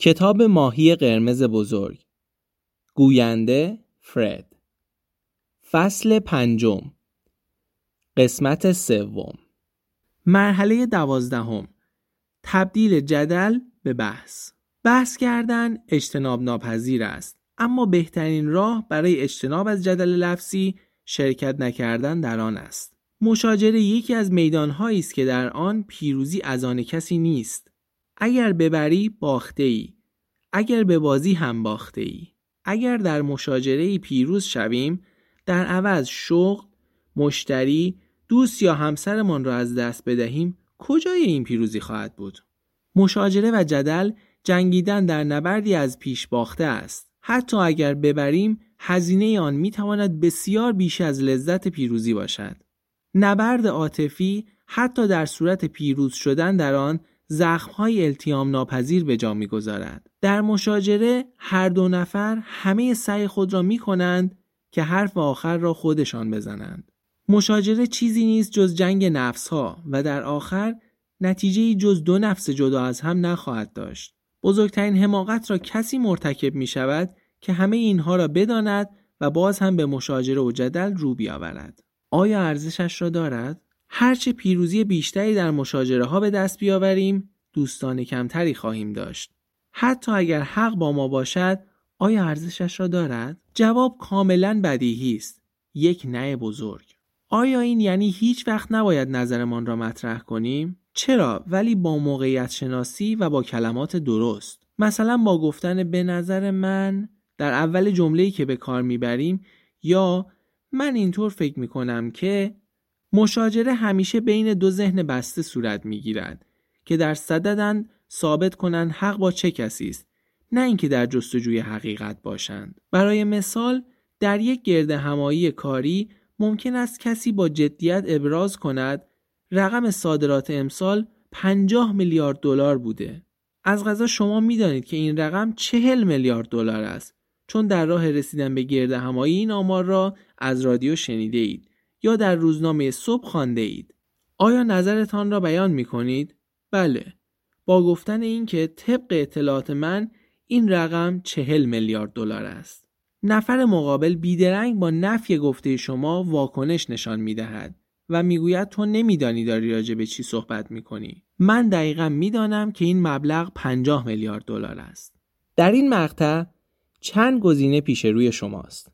کتاب ماهی قرمز بزرگ. گوینده فرد. فصل 5. قسمت 3. مرحله 12. تبدیل جدل به بحث. بحث کردن اجتناب ناپذیر است، اما بهترین راه برای اجتناب از جدل لفظی شرکت نکردن در آن است. مشاجره یکی از میدان‌هایی است که در آن پیروزی از آن کسی نیست. اگر ببری باخته‌ای، اگر ببازی هم باخته‌ای. اگر در مشاجره‌ای پیروز شویم، در عوض شغل، مشتری، دوست یا همسرمان را از دست بدهیم، کجای این پیروزی خواهد بود؟ مشاجره و جدل جنگیدن در نبردی از پیش باخته است. حتی اگر ببریم، هزینه آن می‌تواند بسیار بیش از لذت پیروزی باشد. نبرد عاطفی حتی در صورت پیروز شدن در آن زخم‌های التیام ناپذیر به جا می‌گذارد. در مشاجره هر دو نفر همه سعی خود را می‌کنند که حرف آخر را خودشان بزنند. مشاجره چیزی نیست جز جنگ نفس‌ها و در آخر نتیجه‌ای جز دو نفس جدا از هم نخواهد داشت. بزرگترین حماقت را کسی مرتکب می‌شود که همه اینها را بداند و باز هم به مشاجره و جدل رو بیاورد. آیا ارزشش را دارد؟ هرچه پیروزی بیشتری در مشاجره ها به دست بیاوریم، دوستان کمتری خواهیم داشت. حتی اگر حق با ما باشد، آیا ارزشش را دارد؟ جواب کاملا بدیهی است. یک نه بزرگ. آیا این یعنی هیچ وقت نباید نظرمان را مطرح کنیم؟ چرا؟ ولی با موقعیت شناسی و با کلمات درست. مثلا با گفتن به نظر من در اول جمله‌ای که به کار میبریم، یا من اینطور فکر میکنم که. مشاجره همیشه بین دو ذهن بسته صورت میگیرد که در صددند ثابت کنند حق با چه کسی است، نه اینکه در جستجوی حقیقت باشند. برای مثال، در یک گردهمایی کاری ممکن است کسی با جدیت ابراز کند رقم صادرات امسال 50 میلیارد دلار بوده. از قضا شما میدانید که این رقم 40 میلیارد دلار است، چون در راه رسیدن به گردهمایی این آمار را از رادیو شنیده اید یا در روزنامه صبح خوانده اید. آیا نظرتان را بیان می کنید؟ بله. با گفتن این که طبق اطلاعات من این رقم 40 میلیارد دلار است. نفر مقابل بیدرنگ با نفی گفته شما واکنش نشان می دهد و می گوید تو نمی دانی داری راجع به چی صحبت می کنی. من دقیقاً می دانم که این مبلغ 50 میلیارد دلار است. در این مقطع چند گزینه پیش روی شماست.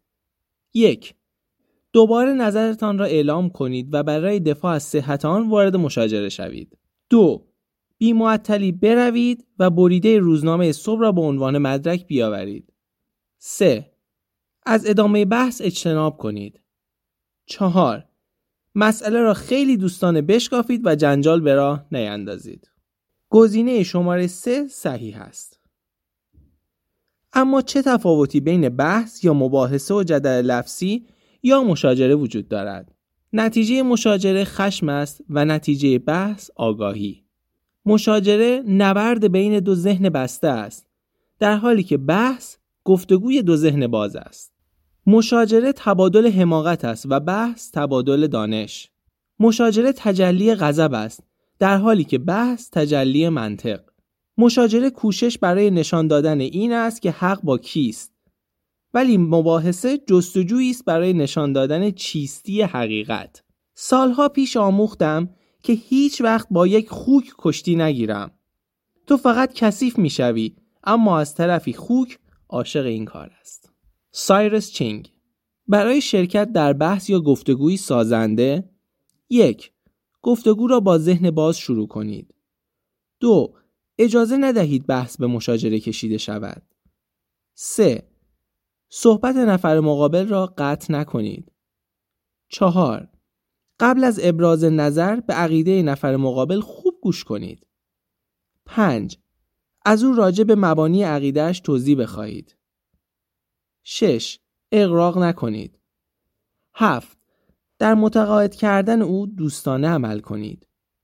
1. دوباره نظرتان را اعلام کنید و برای دفاع از صحت آن وارد مشاجره شوید. 2. بی معطلی بروید و بریده روزنامه صبح را به عنوان مدرک بیاورید. 3. از ادامه بحث اجتناب کنید. 4. مسئله را خیلی دوستانه بشکافید و جنجال به راه نیندازید. گزینه شماره 3 صحیح است. اما چه تفاوتی بین بحث یا مباحثه و جدل لفظی یا مشاجره وجود دارد؟ نتیجه مشاجره خشم است و نتیجه بحث آگاهی. مشاجره نبرد بین دو ذهن بسته است، در حالی که بحث گفتگوی دو ذهن باز است. مشاجره تبادل حماقت است و بحث تبادل دانش. مشاجره تجلی غضب است، در حالی که بحث تجلی منطق. مشاجره کوشش برای نشان دادن این است که حق با کیست، ولی مباحثه جستجویی است برای نشان دادن چیستی حقیقت. سالها پیش آموختم که هیچ وقت با یک خوک کشتی نگیرم. تو فقط کثیف میشوی، اما از طرفی خوک عاشق این کار است. سایرس چینگ. برای شرکت در بحث یا گفتگوی سازنده: 1. گفتگو را با ذهن باز شروع کنید. 2. اجازه ندهید بحث به مشاجره کشیده شود. 3. صحبت نفر مقابل را قطع نکنید. 4. قبل از ابراز نظر به عقیده نفر مقابل خوب گوش کنید. 5. از او راجع به مبانی عقیده‌اش توضیح بخواهید. 6. اغراق نکنید. 7. در متقاعد کردن او دوستانه عمل کنید.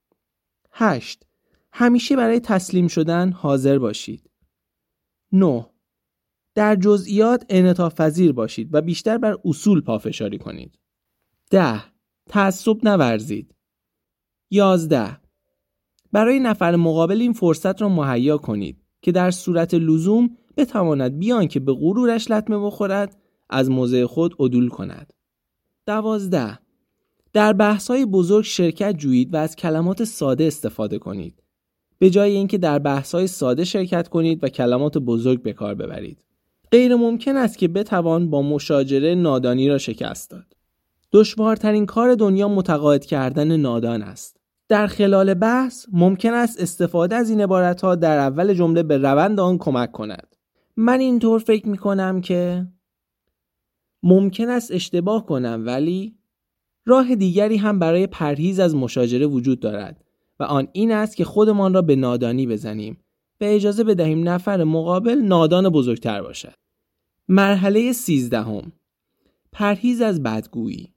8. همیشه برای تسلیم شدن حاضر باشید. 9. در جزئیات انعطاف پذیر باشید و بیشتر بر اصول پافشاری کنید. 10. تعصب نورزید. 11. برای نفر مقابل این فرصت را مهیا کنید که در صورت لزوم بتواند بیان که به غرورش لطمه بخورد از موضع خود عدول کند. 12. در بحث‌های بزرگ شرکت جویید و از کلمات ساده استفاده کنید. به جای اینکه در بحث‌های ساده شرکت کنید و کلمات بزرگ به کار ببرید. غیر ممکن است که بتوان با مشاجره نادانی را شکست داد. دشوارترین کار دنیا متقاعد کردن نادان است. در خلال بحث ممکن است استفاده از این عبارت‌ها در اول جمله به روند آن کمک کند. من اینطور فکر می‌کنم که ممکن است اشتباه کنم، ولی راه دیگری هم برای پرهیز از مشاجره وجود دارد و آن این است که خودمان را به نادانی بزنیم و اجازه بدهیم نفر مقابل نادان بزرگتر باشد. مرحله 13. پرهیز از بدگویی.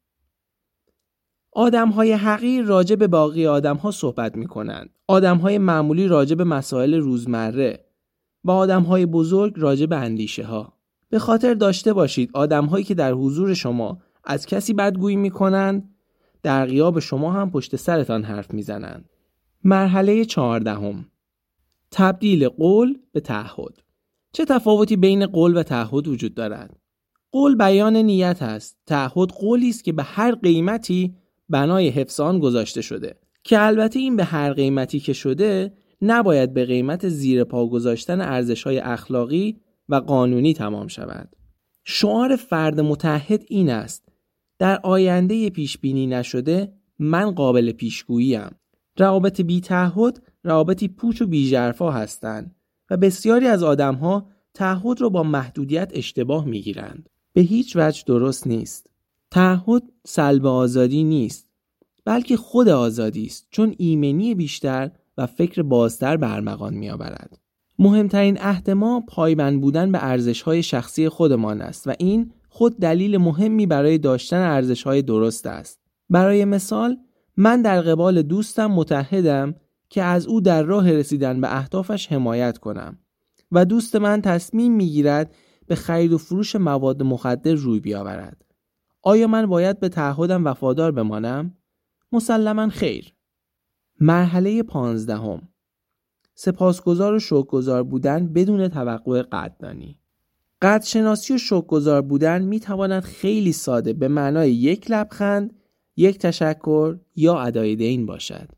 آدم‌های حقیر راجع به باقی آدم‌ها صحبت می‌کنند. آدم‌های معمولی راجع به مسائل روزمره و آدم‌های بزرگ راجع به اندیشه‌ها. به خاطر داشته باشید آدم‌هایی که در حضور شما از کسی بدگویی می‌کنند، در غیاب شما هم پشت سرتان حرف می‌زنند. مرحله 14. تبدیل قول به تعهد. چه تفاوتی بین قول و تعهد وجود دارد؟ قول بیان نیت است. تعهد قولی است که به هر قیمتی بنای حفظ آن گذاشته شده، که البته این به هر قیمتی که شده نباید به قیمت زیر پا گذاشتن ارزش‌های اخلاقی و قانونی تمام شود. شعار فرد متعهد این است: در آینده پیش بینی نشده من قابل پیشگوییم. روابط بی تعهد روابطی پوچ و بی ژرفا هستند و بسیاری از آدم‌ها تعهد را با محدودیت اشتباه می‌گیرند. به هیچ وجه درست نیست. تعهد سلب آزادی نیست، بلکه خود آزادی است، چون ایمنی بیشتر و فکر بازتر به ارمغان می‌آورد. مهمترین عهد ما پایبند بودن به ارزش‌های شخصی خودمان است و این خود دلیل مهمی برای داشتن ارزش‌های درست است. برای مثال، من در قبال دوستم متعهدم که از او در راه رسیدن به اهدافش حمایت کنم و دوست من تصمیم می‌گیرد به خرید و فروش مواد مخدر روی بیاورد. آیا من باید به تعهدم وفادار بمانم؟ مسلماً خیر. مرحله 15. سپاسگزار و شکرگزار بودن بدون توقع قدردانی. قدرشناسی و شکرگزار بودن می‌تواند خیلی ساده به معنای یک لبخند، یک تشکر یا ادای دین باشد.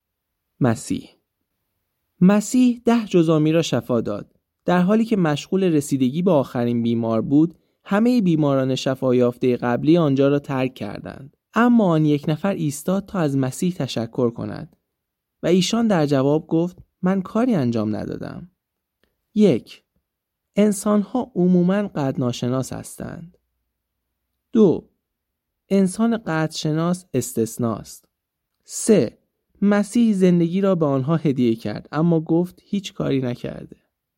مسیح 10 جزامی را شفا داد. در حالی که مشغول رسیدگی به آخرین بیمار بود، همه بیماران شفا یافته قبلی آنجا را ترک کردند. اما آن یک نفر ایستاد تا از مسیح تشکر کند و ایشان در جواب گفت: من کاری انجام ندادم. 1. انسان‌ها عموماً قدرناشناس هستند. 2. انسان قدرشناس استثناست. 3. مسیح زندگی را به آنها هدیه کرد اما گفت هیچ کاری نکرده.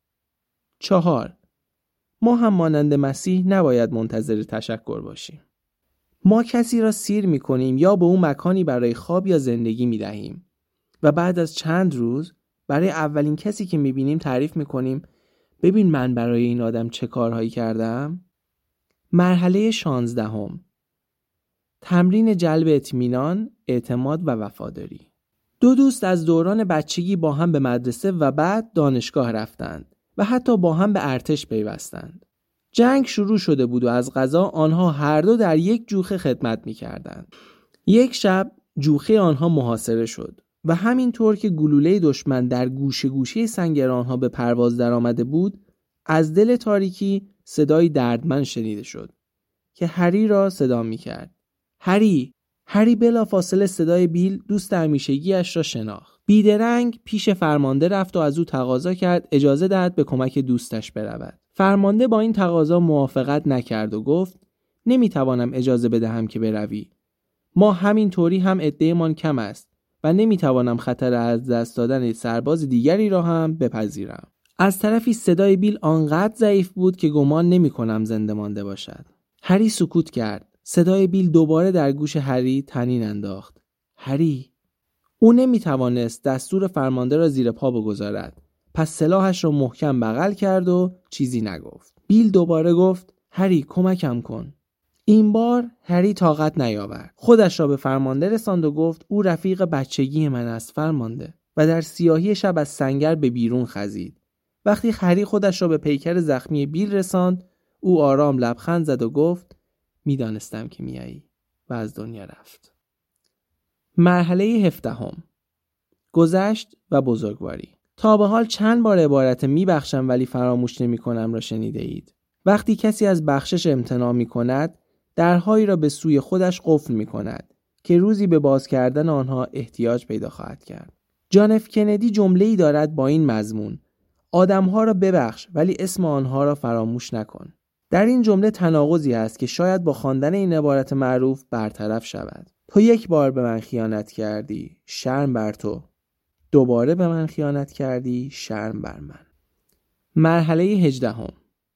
4. ما هم مانند مسیح نباید منتظر تشکر باشیم. ما کسی را سیر می‌کنیم یا به او مکانی برای خواب یا زندگی می‌دهیم و بعد از چند روز برای اولین کسی که می‌بینیم تعریف می‌کنیم: ببین من برای این آدم چه کارهایی کردم. مرحله 16. تمرین جلب اطمینان، اعتماد و وفاداری. 2 دوست از دوران بچگی با هم به مدرسه و بعد دانشگاه رفتند و حتی با هم به ارتش پیوستند. جنگ شروع شده بود و از قضا آنها هر دو در یک جوخه خدمت می‌کردند. یک شب جوخه آنها محاصره شد و همینطور که گلوله دشمن در گوشه گوشه سنگر آنها به پرواز در آمده بود، از دل تاریکی صدای دردمند شنیده شد که هری را صدا می‌کرد. هری بلافاصله صدای بیل دوست همیشگی‌اش را شناخت. بیدرنگ پیش فرمانده رفت و از او تقاضا کرد اجازه دهد به کمک دوستش برود. فرمانده با این تقاضا موافقت نکرد و گفت: نمیتوانم اجازه بدهم که بروی. ما همین طوری هم عده‌مان کم است و نمیتوانم خطر از دست دادن سرباز دیگری را هم بپذیرم. از طرفی صدای بیل آنقدر ضعیف بود که گمان نمی‌کنم زنده مانده باشد. هری سکوت کرد. صدای بیل دوباره در گوش هری طنین انداخت. هری. او نمیتوانست دستور فرمانده را زیر پا بگذارد. پس سلاحش را محکم بغل کرد و چیزی نگفت. بیل دوباره گفت: هری کمکم کن. این بار هری طاقت نیاورد. خودش را به فرمانده رساند و گفت: او رفیق بچگی من است فرمانده. و در سیاهی شب از سنگر به بیرون خزید وقتی هری خودش را به پیکر زخمی بیل رساند، او آرام لبخند زد و گفت میدانستم که میایی و از دنیا رفت. مرحله 17. گذشت و بزرگواری. تا به حال چند بار عبارت میبخشم ولی فراموش نمی‌کنم را شنیده اید. وقتی کسی از بخشش امتناع می‌کند، درهایی را به سوی خودش قفل می‌کند که روزی به باز کردن آنها احتیاج پیدا خواهد کرد. جان اف کندی جمله‌ای دارد با این مضمون: آدم‌ها را ببخش ولی اسم آنها را فراموش نکن. در این جمله تناقضی است که شاید با خواندن این عبارت معروف برطرف شود. تو یک بار به من خیانت کردی، شرم بر تو. دوباره به من خیانت کردی، شرم بر من. مرحله 18.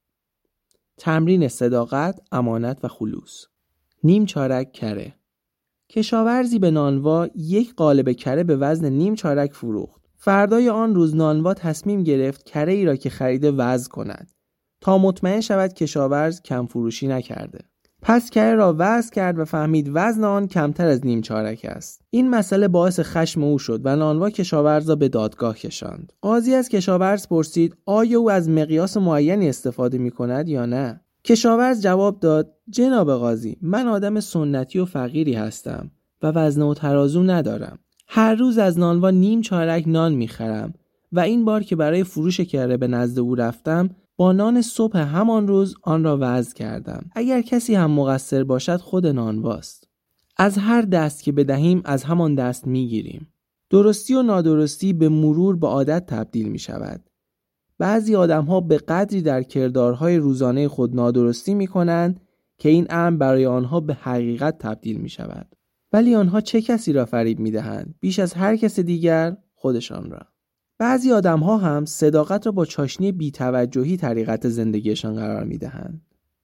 تمرین صداقت، امانت و خلوص. نیم چارک کره. کشاورزی به نانوا یک قالب کره به وزن نیم چارک فروخت. فردای آن روز نانوا تصمیم گرفت کره ای را که خریده وزن کند تا مطمئن شود کشاورز کم فروشی نکرده. پس کره را وزن کرد و فهمید وزن آن کمتر از نیم چارک است. این مسئله باعث خشم او شد و نانوا کشاورز را به دادگاه کشاند. قاضی از کشاورز پرسید آیا او از مقیاس معینی استفاده می کند یا نه؟ کشاورز جواب داد جناب قاضی، من آدم سنتی و فقیری هستم و وزن و ترازو ندارم. هر روز از نانوا نیم چارک نان میخرم و این بار که برای فروش کره به نزد او رفتم با نان صبح همان روز آن را وزن کردم. اگر کسی هم مقصر باشد خود نانواست. از هر دست که بدهیم از همان دست میگیریم. درستی و نادرستی به مرور به عادت تبدیل می شود. بعضی آدم‌ها به قدری در کردارهای روزانه خود نادرستی می‌کنند که این امر برای آنها به حقیقت تبدیل می‌شود. ولی آنها چه کسی را فریب می‌دهند؟ بیش از هر کس دیگر خودشان را. بعضی آدم‌ها هم صداقت را با چاشنی بی‌توجهی طریقت زندگیشان قرار می‌دهند.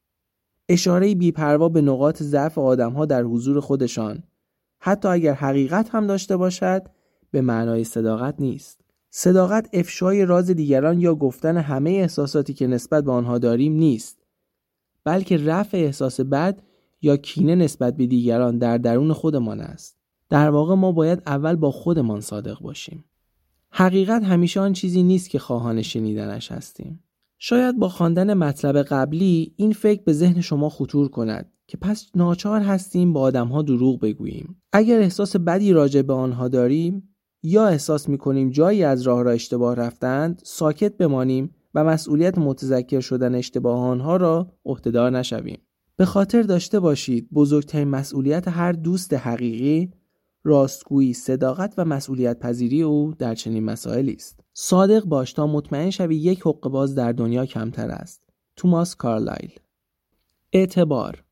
اشاره بی‌پروا به نقاط ضعف آدم‌ها در حضور خودشان، حتی اگر حقیقت هم داشته باشد، به معنای صداقت نیست. صداقت افشای راز دیگران یا گفتن همه احساساتی که نسبت به آنها داریم نیست، بلکه رفع احساس بد یا کینه نسبت به دیگران در درون خودمان است. در واقع ما باید اول با خودمان صادق باشیم. حقیقت همیشه آن چیزی نیست که خواهان شنیدنش هستیم. شاید با خواندن مطلب قبلی این فکر به ذهن شما خطور کند که پس ناچار هستیم با آدم‌ها دروغ بگوییم. اگر احساس بدی راجع به آنها داریم یا احساس می‌کنیم جایی از راه را اشتباه رفتند، ساکت بمانیم و مسئولیت متذکر شدن اشتباه آنها را عهده‌دار نشویم. به خاطر داشته باشید بزرگترین مسئولیت هر دوست حقیقی راستگویی، صداقت و مسئولیت پذیری او در چنین مسائلی است. صادق باش تا مطمئن شوی یک حقه‌باز در دنیا کمتر است. توماس کارلایل. اعتبار.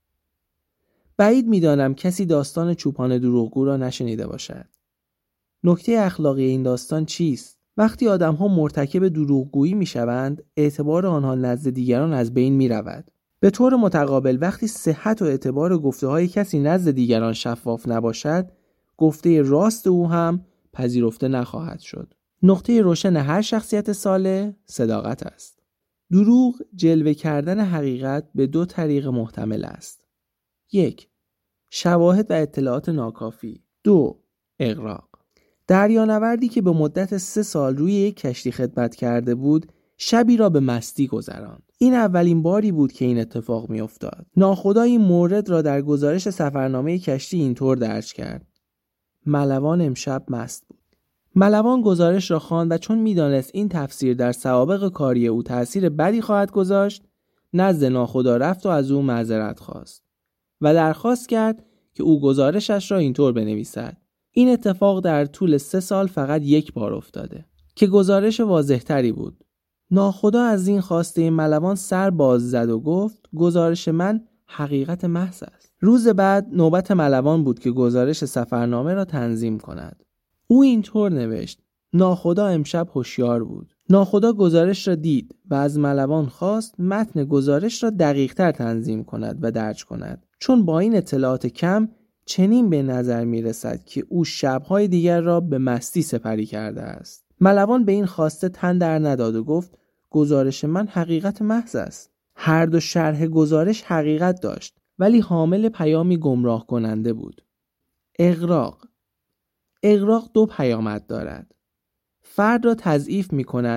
بعید می‌دانم کسی داستان چوپان دروغگو را نشنیده باشد. نکته اخلاقی این داستان چیست؟ وقتی آدم‌ها مرتکب دروغگویی می‌شوند، اعتبار آنها نزد دیگران از بین می‌رود. به طور متقابل وقتی صحت و اعتبار گفته‌های کسی نزد دیگران شفاف نباشد، گفته راست او هم پذیرفته نخواهد شد. نقطه روشن هر شخصیت صالح صداقت است. دروغ جلوه کردن حقیقت به دو طریق محتمل است. 1. شواهد و اطلاعات ناکافی. 2. اغراق. دریانوردی که به مدت 3 سال روی یک کشتی خدمت کرده بود، شبی را به مستی گذراند. این اولین باری بود که این اتفاق می افتاد. ناخدا این مورد را در گزارش سفرنامه کشتی اینطور درج کرد: ملوان امشب مست بود. ملوان گزارش را خواند و چون می‌دانست این تفسیر در سوابق کاری او تأثیر بدی خواهد گذاشت، نزد ناخدا رفت و از او معذرت خواست و درخواست کرد که او گزارشش را اینطور بنویسد: این اتفاق در طول 3 سال فقط یک بار افتاده، که گزارش واضح‌تری بود. ناخدا از این خواسته ملوان سر باز زد و گفت گزارش من حقیقت محض است. روز بعد نوبت ملوان بود که گزارش سفرنامه را تنظیم کند. او اینطور نوشت: ناخدا امشب هوشیار بود. ناخدا گزارش را دید و از ملوان خواست متن گزارش را دقیق‌تر تنظیم کند و درج کند، چون با این اطلاعات کم چنین به نظر می رسد که او شب‌های دیگر را به مستی سپری کرده است. ملوان به این خواسته تن در نداد و گفت گزارش من حقیقت محض است. هر دو شرح گزارش حقیقت داشت ولی حامل پیامی گمراه کننده بود. اغراق. اغراق 2 پیامد دارد. فرد را تضعیف می کند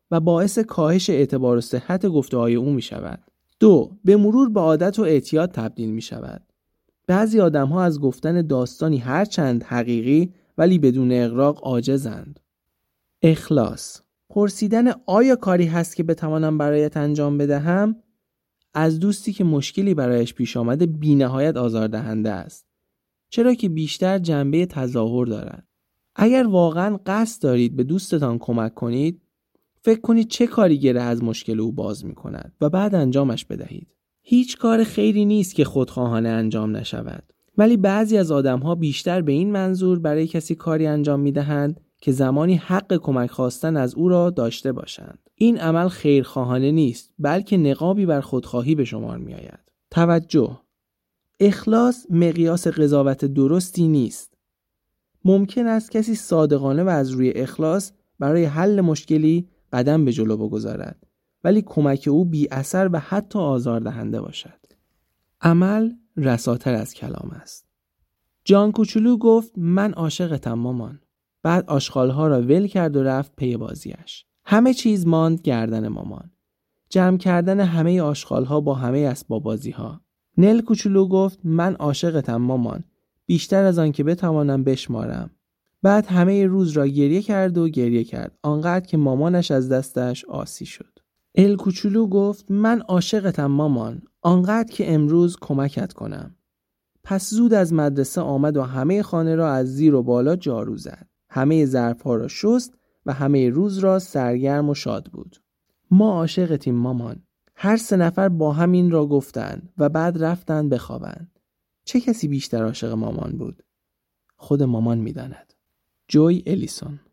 و باعث کاهش اعتبار و صحت گفته‌های او می شود. 2. به مرور به عادت و اعتیاد تبدیل می شود. بعضی آدم‌ها از گفتن داستانی هرچند حقیقی ولی بدون اغراق عاجزند. اخلاص. پرسیدن آیا کاری هست که بتوانم برایت انجام بدهم؟ از دوستی که مشکلی برایش پیش آمده بی‌نهایت آزاردهنده است. چرا که بیشتر جنبه تظاهر دارد. اگر واقعاً قصد دارید به دوستتان کمک کنید، فکر کنید چه کاری گره از مشکل او باز می‌کند و بعد انجامش بدهید. هیچ کار خیری نیست که خودخواهانه انجام نشود. ولی بعضی از آدم‌ها بیشتر به این منظور برای کسی کاری انجام می‌دهند که زمانی حق کمک خواستن از او را داشته باشند. این عمل خیرخواهانه نیست، بلکه نقابی بر خودخواهی به شمار می‌آید. توجه. اخلاص مقیاس قضاوت درستی نیست. ممکن است کسی صادقانه و از روی اخلاص برای حل مشکلی قدم به جلو بگذارد، ولی کمک او بی اثر و حتی آزاردهنده باشد. عمل رساتر از کلام است. جان کوچولو گفت من عاشقتم مامان. بعد آشغال‌ها را ول کرد و رفت پی بازیش. همه چیز ماند گردن مامان. جمع کردن همه آشغال‌ها با همه اسباب بازی‌ها. نل کوچولو گفت من عاشقتم مامان، بیشتر از آن که بتوانم بشمارم. بعد همه روز را گریه کرد و گریه کرد، آنقدر که مامانش از دستش آسی شد. ال کوچولو گفت من عاشقتم مامان، آنقدر که امروز کمکت کنم. پس زود از مدرسه آمد و همه خانه را از زیر و بالا جارو زد. همه ظرف‌ها را شست و همه روز را سرگرم و شاد بود. ما عاشقتیم مامان. هر 3 نفر با هم این را گفتند و بعد رفتند بخوابند. چه کسی بیشتر عاشق مامان بود؟ خود مامان می‌داند. جوی الیسون.